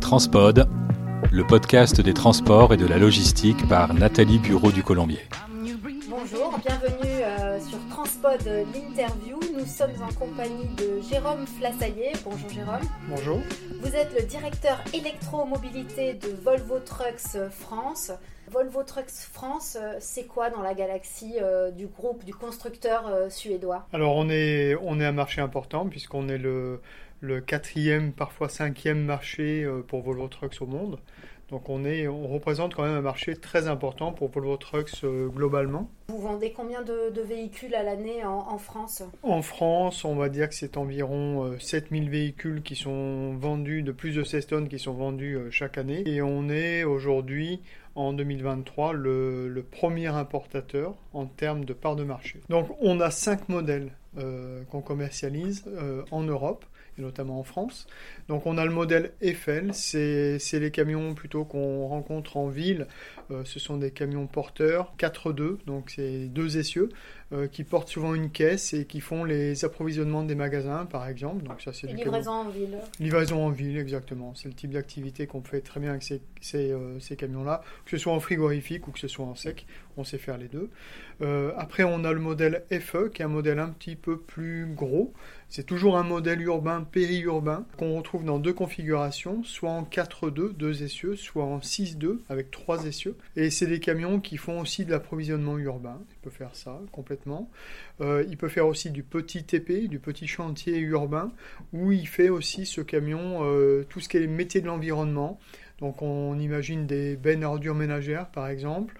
Transpod, le podcast des transports et de la logistique par Nathalie Bureau du Colombier. Bonjour, bienvenue sur Transpod l'interview. Nous sommes en compagnie de Jérôme Flassaillet. Bonjour Jérôme. Bonjour. Vous êtes le directeur électromobilité de Volvo Trucks France. Volvo Trucks France, c'est quoi dans la galaxie du groupe, du constructeur suédois ? Alors on est un marché important puisqu'on est le quatrième, parfois cinquième marché pour Volvo Trucks au monde. Donc on représente quand même un marché très important pour Volvo Trucks globalement. Vous vendez combien de véhicules à l'année en France ? En France, on va dire que c'est environ 7000 véhicules qui sont vendus, de plus de 16 tonnes qui sont vendus chaque année. Et on est aujourd'hui, en 2023, le premier importateur en termes de part de marché. Donc on a 5 modèles qu'on commercialise en Europe, et notamment en France. Donc on a le modèle Eiffel, c'est les camions plutôt qu'on rencontre en ville. Ce sont des camions porteurs 4-2, donc c'est 2 essieux, qui portent souvent une caisse et qui font les approvisionnements des magasins, par exemple. Donc ça, c'est livraison en ville. Livraison en ville, exactement. C'est le type d'activité qu'on fait très bien avec ces camions-là, que ce soit en frigorifique ou que ce soit en sec. On sait faire les deux. Après, on a le modèle FE, qui est un modèle un petit peu plus gros. C'est toujours un modèle urbain, périurbain, qu'on retrouve dans 2 configurations, soit en 4-2, 2 essieux, soit en 6-2, avec 3 essieux. Et c'est des camions qui font aussi de l'approvisionnement urbain. Il peut faire ça complètement. Il peut faire aussi du petit TP, du petit chantier urbain, où il fait aussi ce camion, tout ce qui est les métiers de l'environnement. Donc on imagine des bennes à ordures ménagères, par exemple,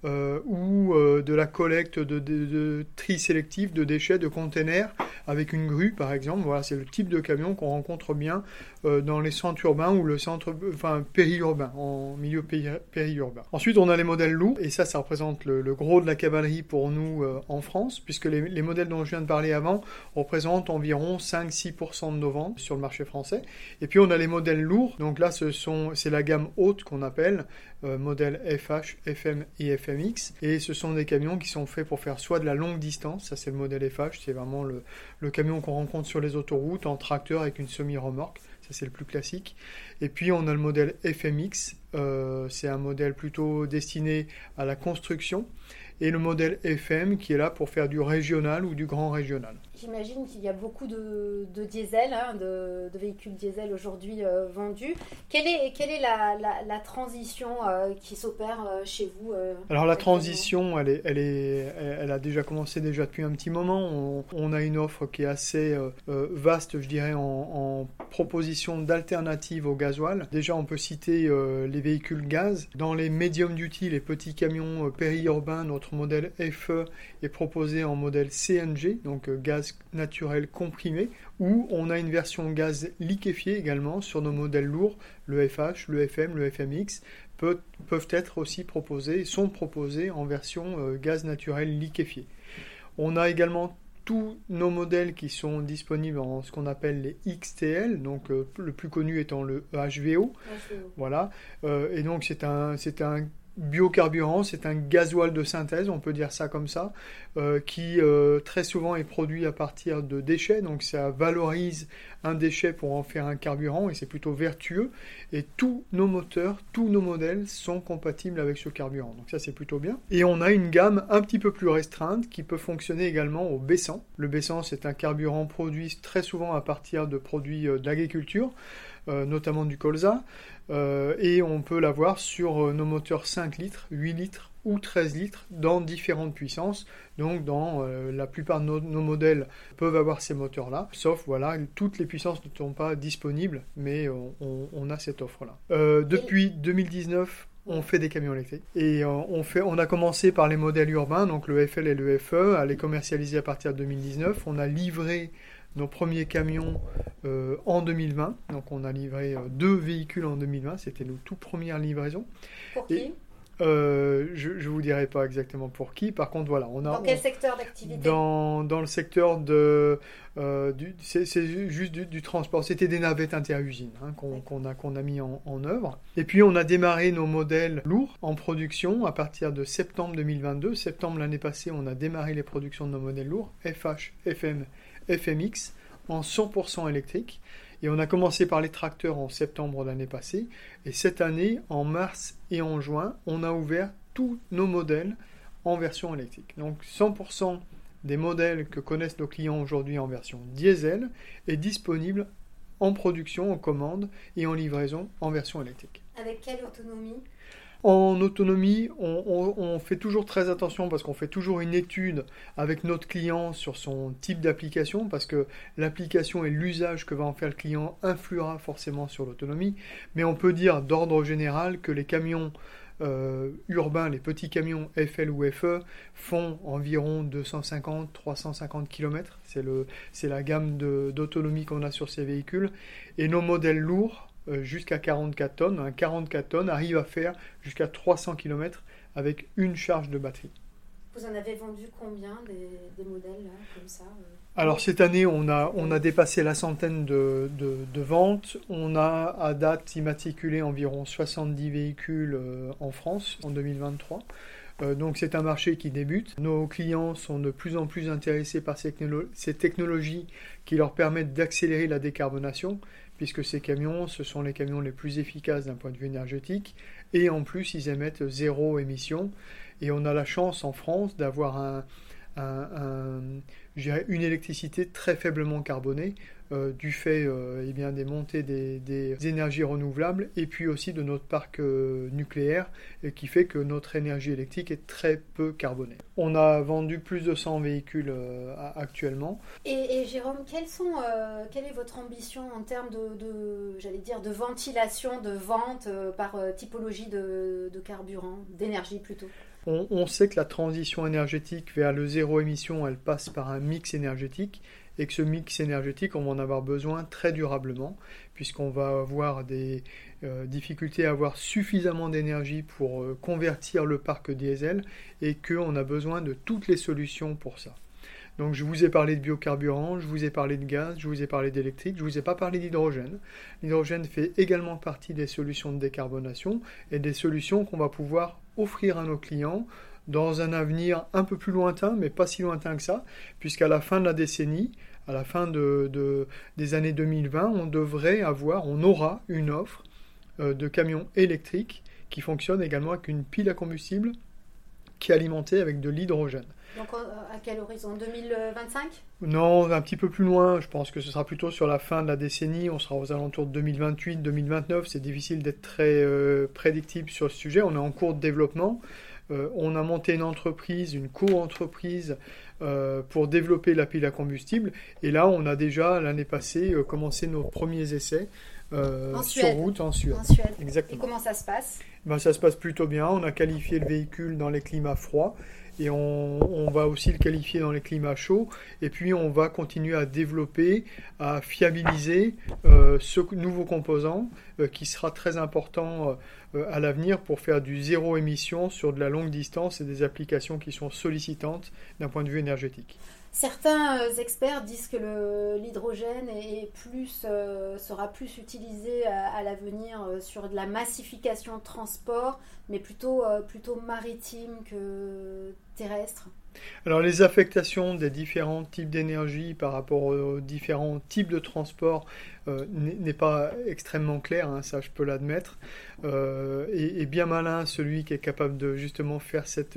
ou de la collecte de tri sélectif de déchets de containers avec une grue, par exemple. Voilà, c'est le type de camion qu'on rencontre bien dans les centres urbains ou périurbain, en milieu périurbain. Ensuite, on a les modèles lourds, et ça représente le gros de la cavalerie pour nous en France, puisque les modèles dont je viens de parler avant représentent environ 5-6% de nos ventes sur le marché français. Et puis, on a les modèles lourds, donc là, c'est la gamme haute qu'on appelle modèle FH, FM et FMX, et ce sont des camions qui sont faits pour faire soit de la longue distance, ça c'est le modèle FH, c'est vraiment le camion qu'on rencontre sur les autoroutes en tracteur avec une semi-remorque, ça c'est le plus classique. Et puis on a le modèle FMX, c'est un modèle plutôt destiné à la construction, et le modèle FM qui est là pour faire du régional ou du grand régional. J'imagine qu'il y a beaucoup de diesel, de véhicules diesel aujourd'hui vendus. Quelle est la transition qui s'opère chez vous Alors la transition, elle a déjà commencé depuis un petit moment. On a une offre qui est assez vaste, je dirais, en proposition d'alternatives au gasoil. Déjà, on peut citer les véhicules gaz. Dans les medium duty, les petits camions périurbains, notre modèle FE est proposé en modèle CNG, donc gaz naturel comprimé, ou on a une version gaz liquéfié également sur nos modèles lourds, le FH, le FM, le FMX, peuvent être aussi sont proposés en version gaz naturel liquéfié. On a également tous nos modèles qui sont disponibles en ce qu'on appelle les XTL, donc le plus connu étant le HVO. Voilà. Et donc c'est un biocarburant, c'est un gasoil de synthèse, on peut dire ça comme ça, qui très souvent est produit à partir de déchets, donc ça valorise un déchet pour en faire un carburant, et c'est plutôt vertueux, et tous nos moteurs, tous nos modèles sont compatibles avec ce carburant, donc ça c'est plutôt bien. Et on a une gamme un petit peu plus restreinte qui peut fonctionner également au B100. Le B100 c'est un carburant produit très souvent à partir de produits de l'agriculture, notamment du colza, et on peut l'avoir sur nos moteurs 5 litres, 8 litres ou 13 litres dans différentes puissances. Donc dans la plupart de nos modèles peuvent avoir ces moteurs-là, sauf voilà, toutes les puissances ne sont pas disponibles, mais on a cette offre-là. Depuis 2019, on fait des camions électriques et on a commencé par les modèles urbains, donc le FL et le FE, à les commercialiser à partir de 2019. On a livré nos premiers camions en 2020, donc on a livré 2 véhicules en 2020, c'était nos toutes premières livraisons. Pour qui ? Je vous dirai pas exactement pour qui. Par contre, voilà, dans quel secteur d'activité ? Dans le secteur c'est juste du transport. C'était des navettes inter-usines qu'on a mis en œuvre. Et puis on a démarré nos modèles lourds en production à partir de septembre 2022. Septembre l'année passée, on a démarré les productions de nos modèles lourds FH, FM, FMX en 100% électrique. Et on a commencé par les tracteurs en septembre de l'année passée. Et cette année, en mars et en juin, on a ouvert tous nos modèles en version électrique. Donc 100% des modèles que connaissent nos clients aujourd'hui en version diesel est disponible en production, en commande et en livraison en version électrique. Avec quelle autonomie ? En autonomie, on fait toujours très attention parce qu'on fait toujours une étude avec notre client sur son type d'application parce que l'application et l'usage que va en faire le client influera forcément sur l'autonomie. Mais on peut dire d'ordre général que les camions urbains, les petits camions FL ou FE font environ 250-350 km. C'est la gamme d'autonomie qu'on a sur ces véhicules. Et nos modèles lourds, jusqu'à 44 tonnes. 44 tonnes arrive à faire jusqu'à 300 km avec une charge de batterie. Vous en avez vendu combien des modèles là, comme ça Alors cette année, on a dépassé la centaine de ventes. On a à date immatriculé environ 70 véhicules en France en 2023. Donc c'est un marché qui débute. Nos clients sont de plus en plus intéressés par ces technologies qui leur permettent d'accélérer la décarbonation, puisque ces camions, ce sont les camions les plus efficaces d'un point de vue énergétique, et en plus ils émettent zéro émission. Et on a la chance en France d'avoir une électricité très faiblement carbonée, du fait des montées des énergies renouvelables et puis aussi de notre parc nucléaire qui fait que notre énergie électrique est très peu carbonée. On a vendu plus de 100 véhicules actuellement. Et Jérôme, quelle est votre ambition en termes de ventilation, de vente par typologie de carburant, d'énergie plutôt ? On sait que la transition énergétique vers le zéro émission, elle passe par un mix énergétique et que ce mix énergétique, on va en avoir besoin très durablement puisqu'on va avoir des difficultés à avoir suffisamment d'énergie pour convertir le parc diesel et qu'on a besoin de toutes les solutions pour ça. Donc je vous ai parlé de biocarburant, je vous ai parlé de gaz, je vous ai parlé d'électrique, je ne vous ai pas parlé d'hydrogène. L'hydrogène fait également partie des solutions de décarbonation et des solutions qu'on va pouvoir offrir à nos clients dans un avenir un peu plus lointain, mais pas si lointain que ça, puisqu'à la fin de la décennie, à la fin des années 2020, on aura une offre de camions électriques qui fonctionne également avec une pile à combustible qui est alimentée avec de l'hydrogène. Donc à quel horizon ? 2025 ? Non, un petit peu plus loin. Je pense que ce sera plutôt sur la fin de la décennie. On sera aux alentours de 2028-2029. C'est difficile d'être très prédictible sur ce sujet. On est en cours de développement. On a monté une entreprise, une co-entreprise pour développer la pile à combustible. Et là, on a déjà, l'année passée, commencé nos premiers essais sur route en Suède. Exactement. Et comment ça se passe ? Ça se passe plutôt bien. On a qualifié le véhicule dans les climats froids. Et on va aussi le qualifier dans les climats chauds. Et puis on va continuer à développer, à fiabiliser ce nouveau composant qui sera très important à l'avenir pour faire du zéro émission sur de la longue distance et des applications qui sont sollicitantes d'un point de vue énergétique. Certains experts disent que l'hydrogène sera plus utilisé à l'avenir sur de la massification de transport, mais plutôt maritime que terrestre. Alors les affectations des différents types d'énergie par rapport aux différents types de transport n'est pas extrêmement clair, ça je peux l'admettre. Et bien malin celui qui est capable de justement faire ce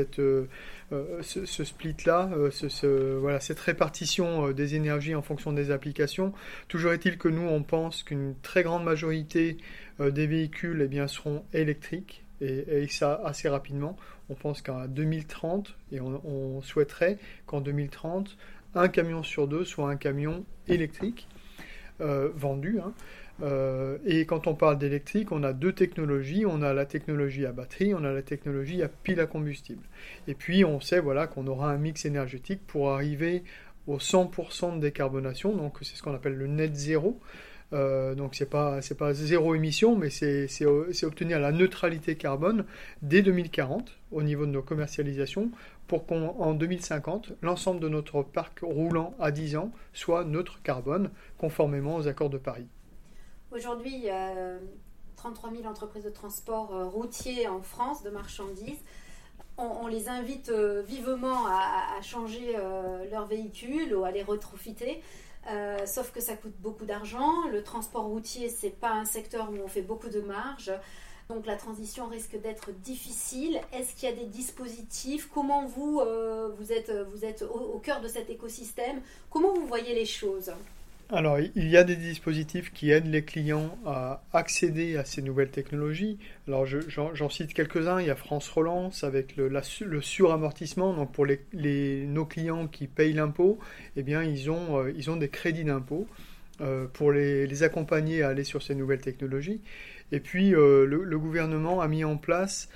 split-là, cette répartition des énergies en fonction des applications. Toujours est-il que nous on pense qu'une très grande majorité des véhicules seront électriques. Et ça assez rapidement. On pense qu'en 2030, et on souhaiterait qu'en 2030, un camion sur deux soit un camion électrique vendu. Et quand on parle d'électrique, on a deux technologies. On a la technologie à batterie, on a la technologie à pile à combustible. Et puis on sait qu'on aura un mix énergétique pour arriver au 100% de décarbonation. Donc c'est ce qu'on appelle le net zéro. Donc c'est pas zéro émission, mais c'est obtenir la neutralité carbone dès 2040 au niveau de nos commercialisations pour qu'en 2050, l'ensemble de notre parc roulant à 10 ans soit neutre carbone conformément aux accords de Paris. Aujourd'hui, il y a 33 000 entreprises de transport routier en France de marchandises. On les invite vivement à changer leurs véhicules ou à les retrofiter. sauf que ça coûte beaucoup d'argent. Le transport routier, c'est pas un secteur où on fait beaucoup de marge. Donc la transition risque d'être difficile. Est-ce qu'il y a des dispositifs? Comment vous êtes au cœur de cet écosystème? Comment vous voyez les choses? Alors, il y a des dispositifs qui aident les clients à accéder à ces nouvelles technologies. Alors, j'en cite quelques-uns. Il y a France Relance avec le suramortissement. Donc, pour nos clients qui payent l'impôt, eh bien, ils ont des crédits d'impôt pour les accompagner à aller sur ces nouvelles technologies. Et puis, le gouvernement a mis en place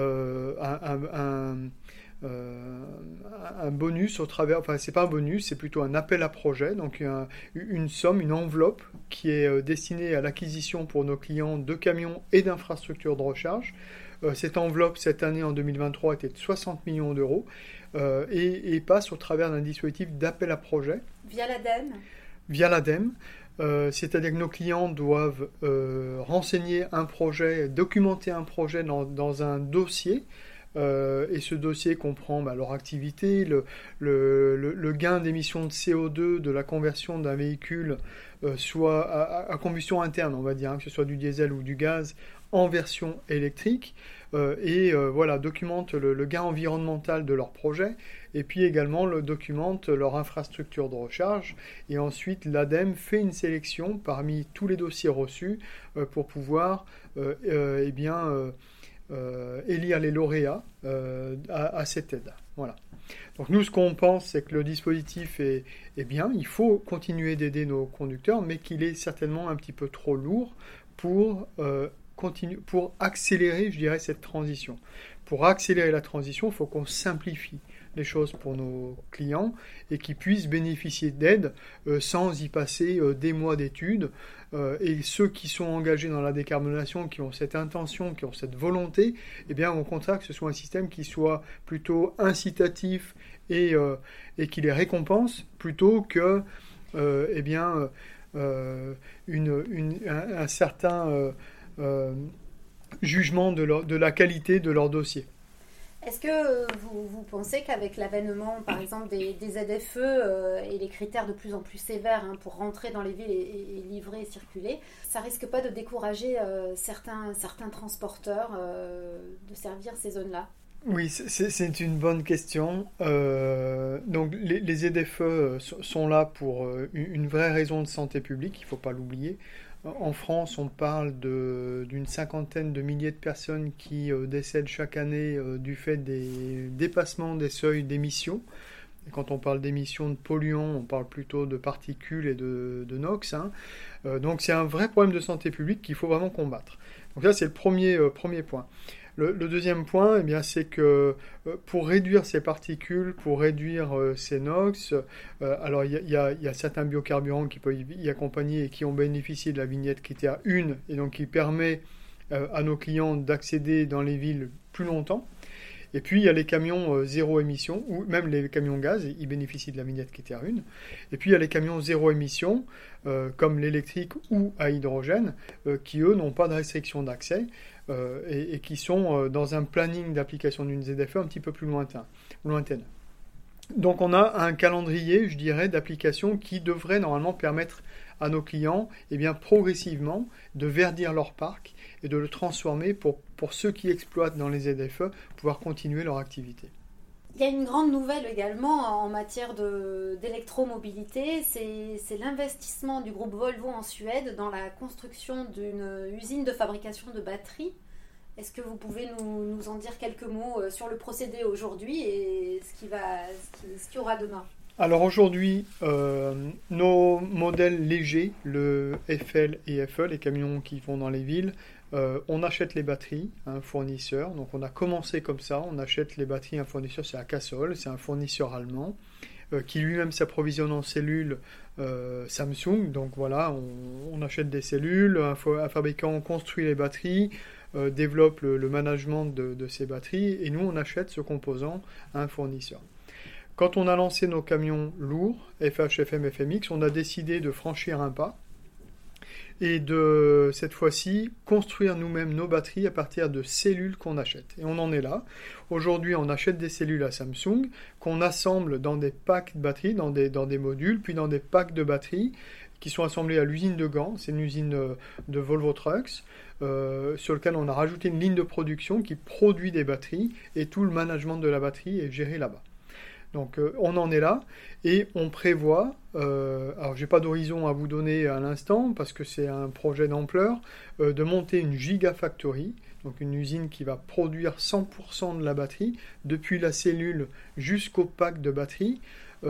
un bonus au travers, enfin c'est pas un bonus, c'est plutôt un appel à projet, donc une somme, une enveloppe qui est destinée à l'acquisition pour nos clients de camions et d'infrastructures de recharge. Cette enveloppe, cette année en 2023, était de 60 millions d'euros et passe au travers d'un dispositif d'appel à projet. Via l'ADEME. Via l'ADEME. C'est-à-dire que nos clients doivent renseigner un projet, documenter un projet dans un dossier. Et ce dossier comprend leur activité, le gain d'émissions de CO2 de la conversion d'un véhicule soit à combustion interne, on va dire, que ce soit du diesel ou du gaz, en version électrique, documente le gain environnemental de leur projet, et puis également documente leur infrastructure de recharge, et ensuite l'ADEME fait une sélection parmi tous les dossiers reçus pour pouvoir élire les lauréats à cette aide. Voilà. Donc nous, ce qu'on pense, c'est que le dispositif est bien, il faut continuer d'aider nos conducteurs, mais qu'il est certainement un petit peu trop lourd pour accélérer, je dirais, cette transition. Pour accélérer la transition, il faut qu'on simplifie les choses pour nos clients et qu'ils puissent bénéficier d'aide sans y passer des mois d'études. Et ceux qui sont engagés dans la décarbonation, qui ont cette intention, qui ont cette volonté, eh bien, au contraire, que ce soit un système qui soit plutôt incitatif et qui les récompense, plutôt que un certain jugement de la qualité de leur dossier. Est-ce que vous pensez qu'avec l'avènement, par exemple, des ZFE et les critères de plus en plus sévères pour rentrer dans les villes et livrer et circuler, ça risque pas de décourager certains transporteurs de servir ces zones-là? Oui, c'est une bonne question. Donc les ZFE sont là pour une vraie raison de santé publique, il ne faut pas l'oublier. En France, on parle d'une cinquantaine de milliers de personnes qui décèdent chaque année du fait des dépassements des seuils d'émissions. Et quand on parle d'émissions de polluants, on parle plutôt de particules et de NOx. Donc c'est un vrai problème de santé publique qu'il faut vraiment combattre. Donc là, c'est le premier point. Le deuxième point, c'est que pour réduire ces particules, pour réduire ces NOx, alors il y a certains biocarburants qui peuvent y accompagner et qui ont bénéficié de la vignette critère 1 et donc qui permet à nos clients d'accéder dans les villes plus longtemps. Et puis il y a les camions zéro émission, ou même les camions gaz, ils bénéficient de la vignette critère 1. Et puis il y a les camions zéro émission, comme l'électrique ou à hydrogène, qui eux n'ont pas de restriction d'accès. Et qui sont dans un planning d'application d'une ZFE un petit peu plus lointaine. Donc on a un calendrier, je dirais, d'application qui devrait normalement permettre à nos clients, progressivement, de verdir leur parc et de le transformer pour ceux qui exploitent dans les ZFE, pouvoir continuer leur activité. Il y a une grande nouvelle également en matière d'électromobilité, c'est l'investissement du groupe Volvo en Suède dans la construction d'une usine de fabrication de batteries. Est-ce que vous pouvez nous en dire quelques mots sur le procédé aujourd'hui et ce qu'il y aura demain ? Alors aujourd'hui, nos modèles légers, le FL et FE, les camions qui vont dans les villes, on achète les batteries à un fournisseur. Donc on a commencé comme ça, on achète les batteries à un fournisseur, c'est à Cassol, c'est un fournisseur allemand qui lui-même s'approvisionne en cellules Samsung. Donc voilà, on achète des cellules, un fabricant construit les batteries, développe le management de ces batteries et nous on achète ce composant à un fournisseur. Quand on a lancé nos camions lourds, FH, FM, FMX, on a décidé de franchir un pas et de, cette fois-ci, construire nous-mêmes nos batteries à partir de cellules qu'on achète. Et on en est là. Aujourd'hui, on achète des cellules à Samsung qu'on assemble dans des packs de batteries, dans des modules, puis dans des packs de batteries qui sont assemblés à l'usine de Gand. C'est une usine de Volvo Trucks sur lequel on a rajouté une ligne de production qui produit des batteries et tout le management de la batterie est géré là-bas. Donc on en est là et on prévoit, alors j'ai pas d'horizon à vous donner à l'instant parce que c'est un projet d'ampleur, de monter une gigafactory, donc une usine qui va produire 100% de la batterie, depuis la cellule jusqu'au pack de batterie.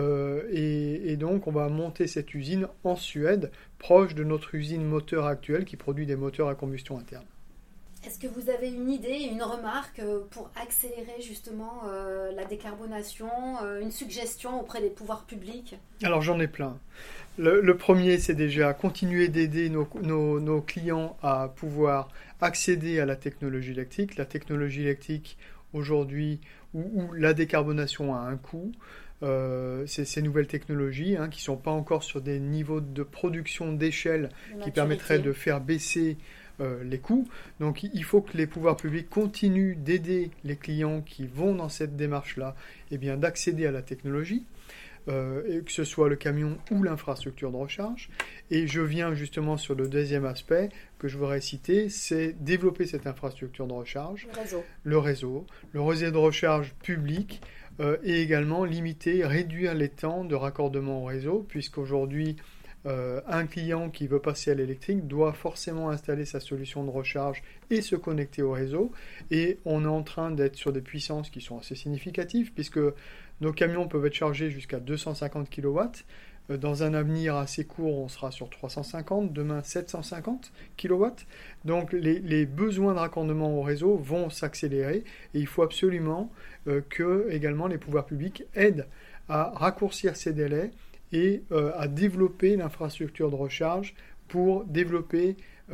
Et donc on va monter cette usine en Suède, proche de notre usine moteur actuelle qui produit des moteurs à combustion interne. Est-ce que vous avez une idée, une remarque pour accélérer justement la décarbonation, une suggestion auprès des pouvoirs publics ? Alors j'en ai plein. Le premier, c'est déjà continuer d'aider nos clients à pouvoir accéder à la technologie électrique. La technologie électrique aujourd'hui, où la décarbonation a un coût, ces nouvelles technologies qui ne sont pas encore sur des niveaux de production d'échelle qui permettraient de faire baisser les coûts. Donc il faut que les pouvoirs publics continuent d'aider les clients qui vont dans cette démarche-là d'accéder à la technologie, et que ce soit le camion ou l'infrastructure de recharge. Et je viens justement sur le deuxième aspect que je voudrais citer, c'est développer cette infrastructure de recharge, le réseau de recharge public, et également limiter, réduire les temps de raccordement au réseau, puisqu'aujourd'hui un client qui veut passer à l'électrique doit forcément installer sa solution de recharge et se connecter au réseau. Et on est en train d'être sur des puissances qui sont assez significatives, puisque nos camions peuvent être chargés jusqu'à 250 kW. Dans un avenir assez court, on sera sur 350, demain 750 kW. Donc les besoins de raccordement au réseau vont s'accélérer et il faut absolument que également les pouvoirs publics aident à raccourcir ces délais et à développer l'infrastructure de recharge pour développer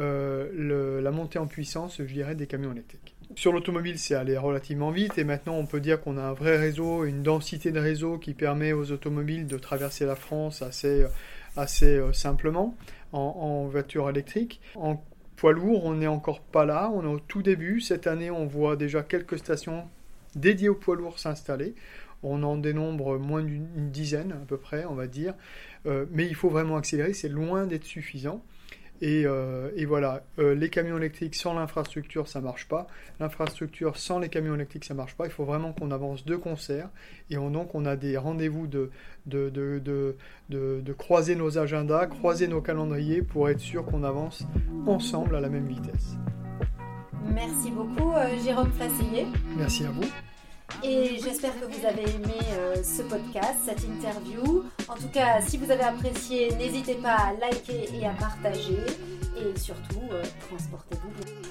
la montée en puissance, je dirais, des camions électriques. Sur l'automobile, c'est allé relativement vite et maintenant on peut dire qu'on a un vrai réseau, une densité de réseau qui permet aux automobiles de traverser la France assez simplement en voiture électrique. En poids lourd, on n'est encore pas là, on est au tout début. Cette année, on voit déjà quelques stations dédiées aux poids lourds s'installer. On en dénombre moins d'une dizaine à peu près, on va dire. Mais il faut vraiment accélérer, c'est loin d'être suffisant. Et voilà, les camions électriques sans l'infrastructure, ça ne marche pas. L'infrastructure sans les camions électriques, ça ne marche pas. Il faut vraiment qu'on avance de concert. Et donc, on a des rendez-vous de croiser nos agendas, croiser nos calendriers pour être sûr qu'on avance ensemble à la même vitesse. Merci beaucoup, Jérôme Flasseillet. Merci à vous. Et j'espère que vous avez aimé ce podcast, cette interview. En tout cas, si vous avez apprécié, n'hésitez pas à liker et à partager. Et surtout, transportez-vous.